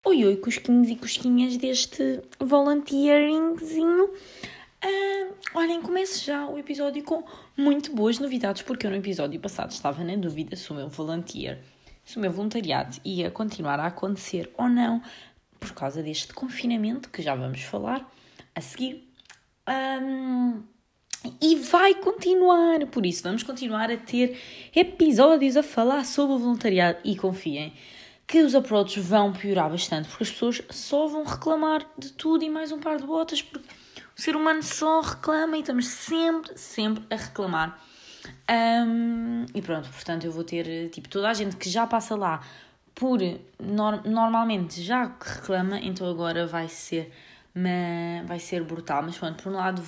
Oi, oi, cusquinhos e cusquinhas deste volunteeringzinho. Olhem, começo já o episódio com muito boas novidades, porque eu no episódio passado estava na dúvida se o meu voluntariado ia continuar a acontecer ou não, por causa deste confinamento, que já vamos falar a seguir. E vai continuar, por isso vamos continuar a ter episódios a falar sobre o voluntariado e confiem que os approaches vão piorar bastante, porque as pessoas só vão reclamar de tudo e mais um par de botas, porque o ser humano só reclama e estamos sempre a reclamar. E pronto, portanto eu vou ter, toda a gente que já passa lá normalmente já reclama, então agora vai ser brutal. Mas pronto, por um lado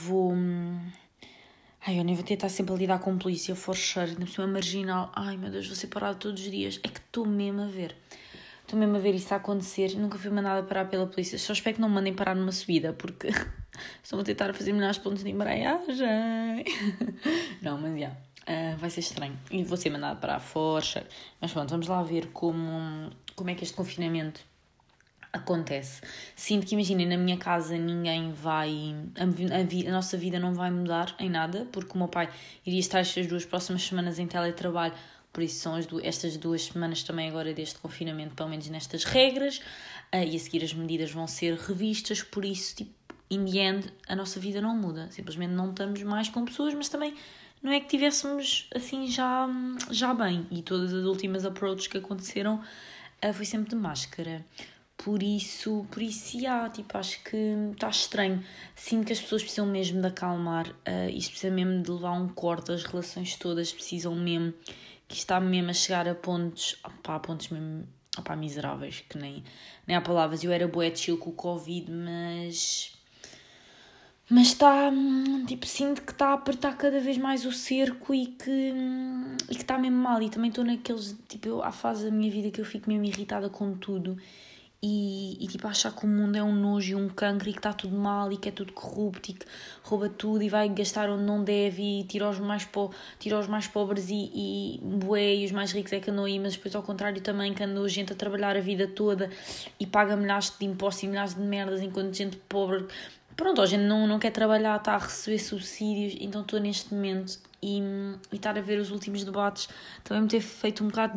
eu nem vou ter estar sempre a lidar com polícia, forceiro, ainda por cima marginal. Ai meu Deus, vou ser parada todos os dias. É que estou mesmo a ver isso a acontecer. Nunca fui mandada parar pela polícia. Só espero que não me mandem parar numa subida, porque estão a tentar fazer milhares de pontos de embreagem. Não, mas já. Vai ser estranho. E vou ser mandada parar forceiro. Mas pronto, vamos lá ver como é que este confinamento acontece. Sinto que, imaginem, na minha casa ninguém vai... A nossa vida não vai mudar em nada, porque o meu pai iria estar estas 2 próximas semanas em teletrabalho, por isso são estas 2 semanas também agora deste confinamento, pelo menos nestas regras, e a seguir as medidas vão ser revistas, por isso, in the end, a nossa vida não muda. Simplesmente não estamos mais com pessoas, mas também não é que tivéssemos assim já bem. E todas as últimas approaches que aconteceram foi sempre de máscara. Por isso, acho que está estranho. Sinto que as pessoas precisam mesmo de acalmar. Isto precisa mesmo de levar um corte. As relações todas precisam mesmo. Que está mesmo a chegar a pontos... a pontos mesmo... miseráveis. Que nem há palavras. Eu era bué chill com o Covid, mas está... sinto que está a apertar cada vez mais o cerco e que está mesmo mal. E também estou naqueles... há fase da minha vida que eu fico mesmo irritada com tudo. E achar que o mundo é um nojo e um cancro e que está tudo mal e que é tudo corrupto e que rouba tudo e vai gastar onde não deve e tira os mais pobres e bué, e os mais ricos é que andam aí, mas depois ao contrário também que andou gente a trabalhar a vida toda e paga milhares de impostos e milhares de merdas, enquanto gente pobre, pronto, a gente não quer trabalhar, está a receber subsídios. Então estou neste momento e estar a ver os últimos debates também me ter feito um bocado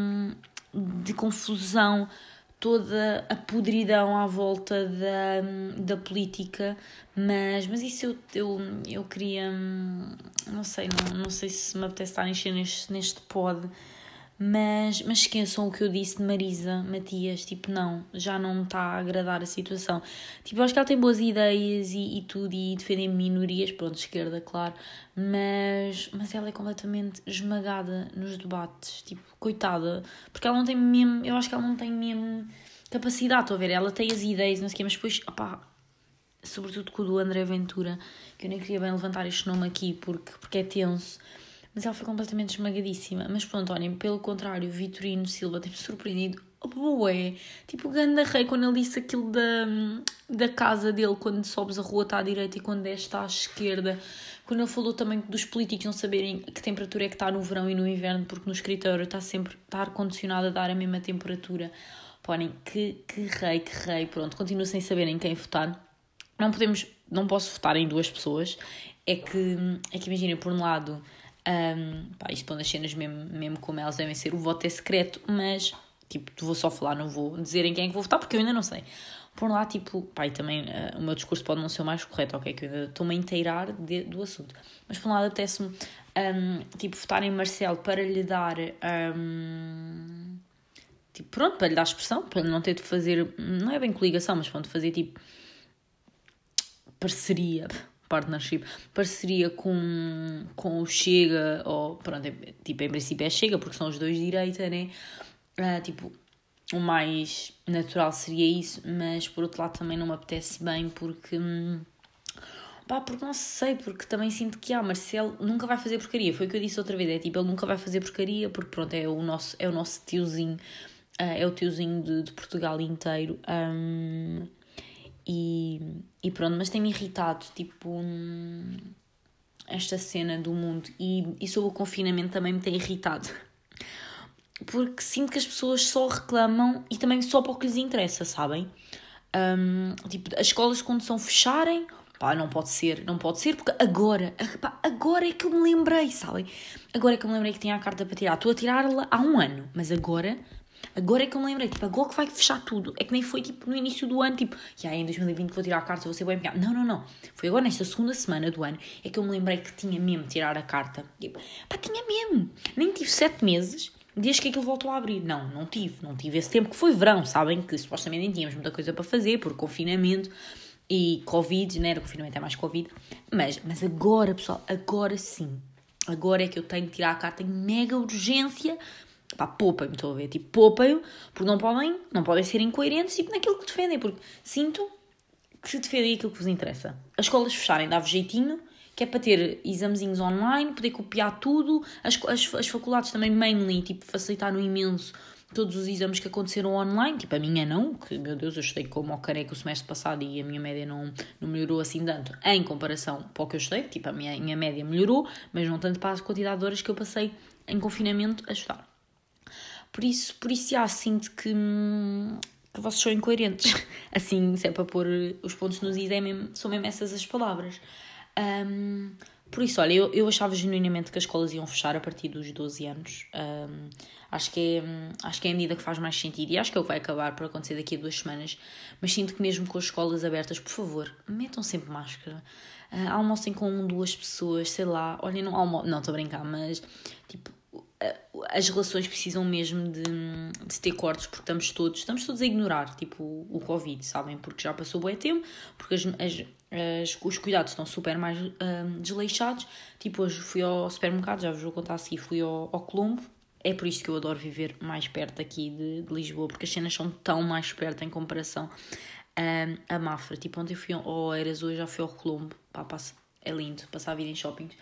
de confusão, toda a podridão à volta da política, mas isso eu queria, não sei se me apetece estar a encher neste pod, mas esqueçam o que eu disse de Marisa Matias, não, já não me está a agradar a situação. Eu acho que ela tem boas ideias e tudo, e defende minorias, pronto, esquerda, claro, mas ela é completamente esmagada nos debates, coitada, porque ela não tem mesmo, eu acho que ela não tem mesmo capacidade, estou a ver, ela tem as ideias, não sei o quê, mas depois, sobretudo com o do André Ventura, que eu nem queria bem levantar este nome aqui, porque é tenso, mas ela foi completamente esmagadíssima. Mas pronto, olhem, pelo contrário, Vitorino Silva tem-me surpreendido. Bué, o ganda rei, quando ele disse aquilo da casa dele, quando sobes a rua está à direita e quando desce está à esquerda. Quando ele falou também dos políticos não saberem que temperatura é que está no verão e no inverno, porque no escritório está ar-condicionado a dar a mesma temperatura. Olhem, que rei, pronto, continuo sem saberem quem votar. Não posso votar em 2 pessoas. É que imaginem, por um lado... isto pondo as cenas mesmo como elas devem ser, o voto é secreto, mas vou só falar, não vou dizer em quem é que vou votar porque eu ainda não sei. Por um lado, e também o meu discurso pode não ser o mais correto, ok, que eu ainda estou-me a inteirar do assunto, mas por um lado apetece-me votar em Marcelo para lhe dar para lhe dar expressão, para não ter de fazer, não é bem coligação, mas pronto, fazer parceria com o Chega, ou pronto, em princípio é Chega, porque são os 2 de direita, né? O mais natural seria isso, mas por outro lado também não me apetece bem, porque não sei, porque também sinto que Marcelo nunca vai fazer porcaria, foi o que eu disse outra vez, ele nunca vai fazer porcaria, porque pronto, é o nosso tiozinho, é o tiozinho de Portugal inteiro, e pronto, mas tem-me irritado, esta cena do mundo, e sobre o confinamento também me tem irritado, porque sinto que as pessoas só reclamam e também só para o que lhes interessa, sabem? Tipo, as escolas quando são fecharem, pá, não pode ser, porque agora é que eu me lembrei, sabem? Agora é que eu me lembrei que tinha a carta para tirar. Estou a tirá-la há um ano, mas agora é que eu me lembrei, tipo, agora que vai fechar tudo. É que nem foi, tipo, no início do ano, tipo, em 2020 vou tirar a carta, vou ser bem empenhado. Não. Foi agora, nesta segunda semana do ano, é que eu me lembrei que tinha mesmo de tirar a carta. Tipo, pá, tinha mesmo. Nem tive 7 meses desde que aquilo voltou a abrir. Não tive esse tempo, que foi verão, sabem? Que supostamente nem tínhamos muita coisa para fazer, por confinamento e Covid, né? O confinamento é mais Covid. Mas agora, pessoal, agora sim. Agora é que eu tenho que tirar a carta em mega urgência. Pá, poupem-me, estou a ver, tipo, poupem-me, porque não podem ser incoerentes, tipo, naquilo que defendem, porque sinto que se defendem aquilo que vos interessa. As escolas fecharem, dá-vos jeitinho, que é para ter examezinhos online, poder copiar tudo, as faculdades também, mainly, tipo, facilitaram imenso todos os exames que aconteceram online, tipo, a minha não, que, meu Deus, eu estudei como ao careca o semestre passado e a minha média não melhorou assim tanto, em comparação para o que eu estudei, tipo, a minha média melhorou, mas não tanto para a quantidade de horas que eu passei em confinamento a estudar. Por isso já sinto que vocês são incoerentes. Assim, se é para pôr os pontos nos is, são mesmo essas as palavras. Por isso, olha, eu achava genuinamente que as escolas iam fechar a partir dos 12 anos. Acho que é a medida que faz mais sentido e acho que é o que vai acabar por acontecer daqui a 2 semanas. Mas sinto que mesmo com as escolas abertas, por favor, metam sempre máscara. Almocem com 2 pessoas, sei lá. Olhem, não estou a brincar, mas tipo, as relações precisam mesmo de ter cortes, porque estamos todos a ignorar, tipo, o Covid, sabem? Porque já passou bué tempo, porque os cuidados estão super mais desleixados. Tipo, hoje fui ao supermercado, já vos vou contar assim, fui ao Colombo. É por isto que eu adoro viver mais perto aqui de Lisboa, porque as cenas são tão mais perto em comparação a Mafra. Tipo, ontem fui ao Eiras, hoje já fui ao Colombo. Pá, é lindo, passar a vida em shoppings.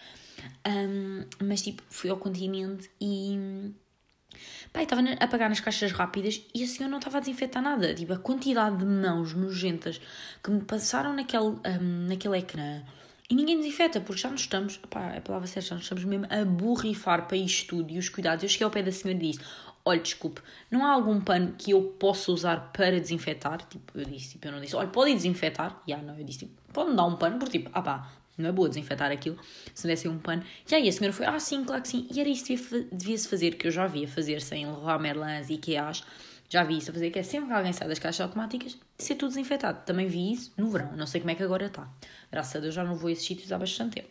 Mas tipo, fui ao Continente e estava a pagar nas caixas rápidas e a senhora não estava a desinfetar nada. Tipo, a quantidade de mãos nojentas que me passaram naquele ecrã e ninguém desinfeta, porque já nos estamos, a palavra certa, já nos estamos mesmo a borrifar para isto tudo e os cuidados. Eu cheguei ao pé da senhora e disse: olha, desculpe, não há algum pano que eu possa usar para desinfetar? Tipo, eu não disse, olha, pode desinfetar? Eu disse, tipo, pode-me dar um pano? Porque tipo, não é boa desinfetar aquilo, se não desse um pano. E aí a senhora foi, sim, claro que sim. E era isso que devia-se fazer, que eu já via fazer sem levar Merlins e Ikeas. Já vi isso a fazer, que é sempre que alguém sai das caixas automáticas, ser tudo desinfetado. Também vi isso no verão, não sei como é que agora está. Graças a Deus já não vou a esses sítios há bastante tempo.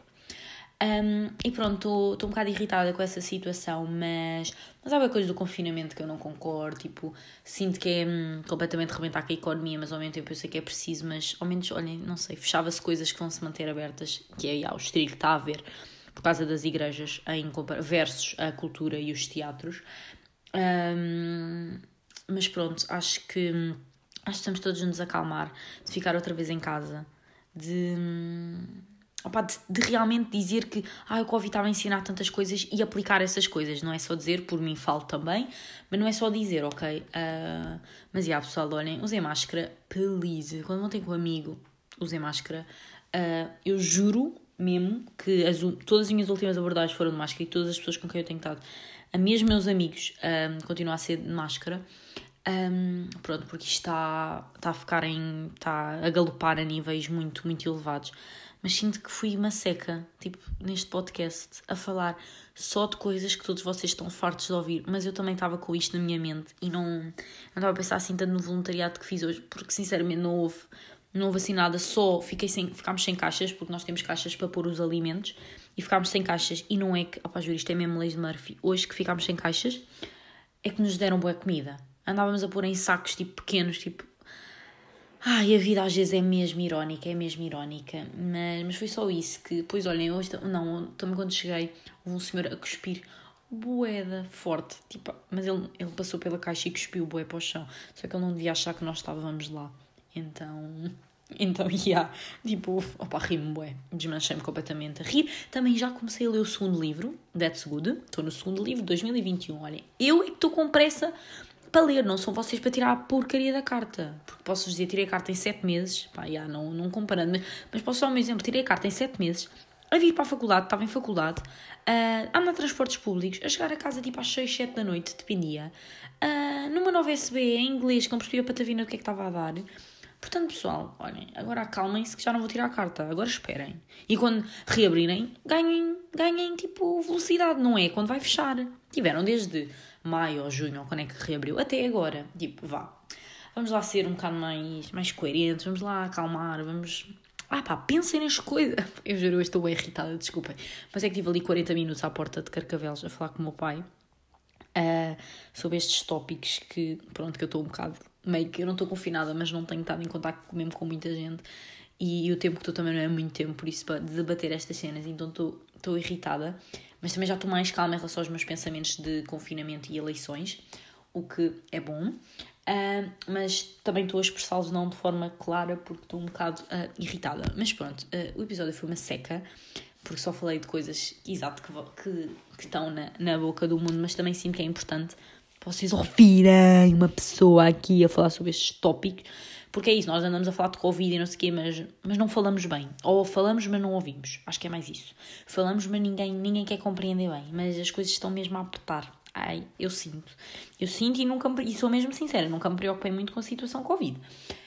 E pronto, estou um bocado irritada com essa situação, mas há uma coisa do confinamento que eu não concordo, tipo, sinto que é completamente rebentar com a economia, mas ao mesmo tempo eu sei que é preciso, mas ao menos, olhem, não sei, fechava-se coisas que vão se manter abertas, que é o estrilho que está a haver por causa das igrejas versus a cultura e os teatros. Mas pronto, acho que estamos todos a nos acalmar, de ficar outra vez em casa, de realmente dizer que o Covid estava a ensinar tantas coisas e aplicar essas coisas. Não é só dizer, por mim falo também, mas não é só dizer, ok? Mas pessoal, olhem, usem máscara, please. Quando vão ter com um amigo, usem máscara. Eu juro mesmo que todas as minhas últimas abordagens foram de máscara e todas as pessoas com quem eu tenho estado, mesmo meus amigos, continuam a ser de máscara. Pronto, porque isto está a galopar a níveis muito, muito elevados. Mas sinto que fui uma seca, tipo, neste podcast, a falar só de coisas que todos vocês estão fartos de ouvir, mas eu também estava com isto na minha mente e não estava a pensar assim tanto no voluntariado que fiz hoje, porque sinceramente não houve assim nada, só ficámos sem caixas, porque nós temos caixas para pôr os alimentos, e ficámos sem caixas, e não é que, juro, isto é mesmo leis de Murphy, hoje que ficámos sem caixas, é que nos deram boa comida. Andávamos a pôr em sacos, tipo, pequenos, tipo... a vida às vezes é mesmo irónica, mas foi só isso que... Pois, olhem, hoje... Não, também quando cheguei, houve um senhor a cuspir bué forte, tipo... Mas ele passou pela caixa e cuspiu bué para o chão, só que ele não devia achar que nós estávamos lá. Então, tipo... ri-me bué, desmanchei-me completamente a rir. Também já comecei a ler o segundo livro, That's Good, estou no segundo livro, 2021, olhem. Eu é que estou com pressa... para ler, não são vocês para tirar a porcaria da carta. Porque posso dizer, tirei a carta em 7 meses. Não comparando, mas posso dar um exemplo. Tirei a carta em 7 meses a vir para a faculdade, estava em faculdade, a andar em transportes públicos, a chegar a casa tipo às 6, 7 da noite, dependia, numa nova SB em inglês, que não percebia patavina do que é que estava a dar. Portanto, pessoal, olhem, agora acalmem-se que já não vou tirar a carta, agora esperem. E quando reabrirem, ganhem tipo velocidade, não é? Quando vai fechar. Tiveram desde maio ou junho, ou quando é que reabriu, até agora. Tipo, vamos lá ser um bocado mais coerentes, vamos lá acalmar, vamos... pensem nas coisas. Eu juro, eu estou bem irritada, desculpem. Mas é que estive ali 40 minutos à porta de Carcavelos a falar com o meu pai sobre estes tópicos que, pronto, que eu estou um bocado... meio que eu não estou confinada, mas não tenho estado em contacto mesmo com muita gente. E o tempo que estou também não é muito tempo, por isso para debater estas cenas. Então estou irritada. Mas também já estou mais calma em relação aos meus pensamentos de confinamento e eleições. O que é bom. Mas também estou a expressá-los não de forma clara porque estou um bocado irritada. Mas pronto, o episódio foi uma seca porque só falei de coisas, exato, que estão na boca do mundo, mas também sinto que é importante para vocês ouvirem uma pessoa aqui a falar sobre estes tópicos, porque é isso, nós andamos a falar de Covid e não sei o quê, mas não falamos bem, ou falamos mas não ouvimos, acho que é mais isso, falamos mas ninguém quer compreender bem, mas as coisas estão mesmo a apertar. Eu sinto e sou mesmo sincera, nunca me preocupei muito com a situação Covid.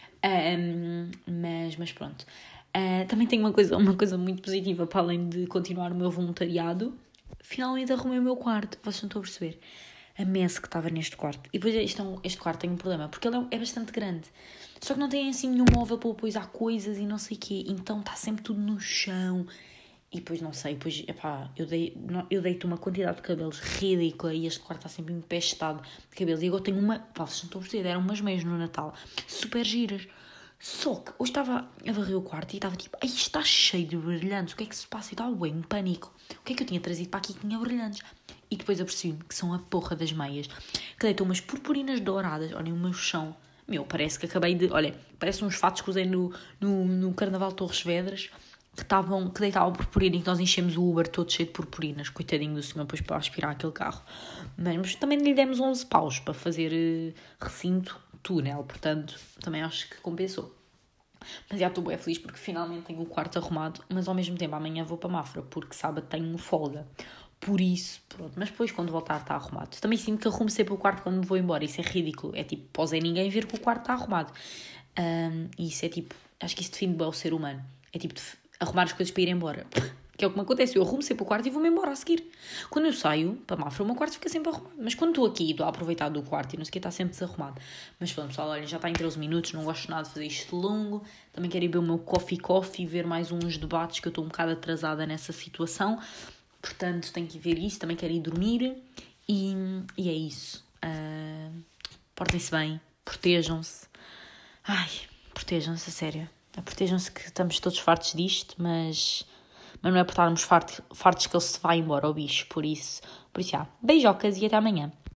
Mas pronto. Também tenho uma coisa muito positiva para além de continuar o meu voluntariado. Finalmente arrumei o meu quarto. Vocês não estão a perceber a mess que estava neste quarto. E depois este quarto tem um problema, porque ele é bastante grande. Só que não tem assim nenhum móvel para pôr coisas e não sei o quê. Então está sempre tudo no chão. E depois não sei, eu deito uma quantidade de cabelos ridícula e este quarto está sempre empestado de cabelos. E agora tenho vocês não estão a perceber, eram umas meias no Natal, super giras. Só que hoje estava a varrer o quarto e estava tipo, ai, está cheio de brilhantes, o que é que se passa? E estava bem em pânico. O que é que eu tinha trazido para aqui que tinha brilhantes? E depois apercebi-me que são a porra das meias, que deitam umas purpurinas douradas, olhem o meu chão. Parece que acabei de... Olha, parece uns fatos que usei no Carnaval de Torres Vedras, que deitavam purpurina e que nós enchemos o Uber todo cheio de purpurinas. Coitadinho do senhor, depois para aspirar aquele carro. Mas também lhe demos 11 paus para fazer recinto, túnel, portanto, também acho que compensou. Mas já estou bem feliz porque finalmente tenho o quarto arrumado, mas ao mesmo tempo amanhã vou para Mafra, porque sábado tenho folga. Por isso, pronto, mas depois quando voltar está arrumado. Também sinto que arrumo sempre o quarto quando me vou embora, isso é ridículo. É tipo, pós é ninguém ver que o quarto está arrumado. E isso é tipo, acho que isso define bem o ser humano. É tipo, arrumar as coisas para ir embora. Que é o que me acontece, eu arrumo sempre o quarto e vou-me embora a seguir. Quando eu saio para Mafra, o meu quarto fica sempre arrumado. Mas quando estou aqui, estou a aproveitar do quarto e não sei o que, está sempre desarrumado. Mas pronto, pessoal, olha, já está em 13 minutos, não gosto nada de fazer isto longo. Também quero ir ver o meu coffee, ver mais uns debates, que eu estou um bocado atrasada nessa situação. Portanto, tenho que ver isso, também quero ir dormir. E é isso. Portem-se bem, protejam-se. Protejam-se, a sério. Protejam-se que estamos todos fartos disto, mas não é por estarmos fartos que ele se vai embora, o bicho. Por isso, beijocas e até amanhã.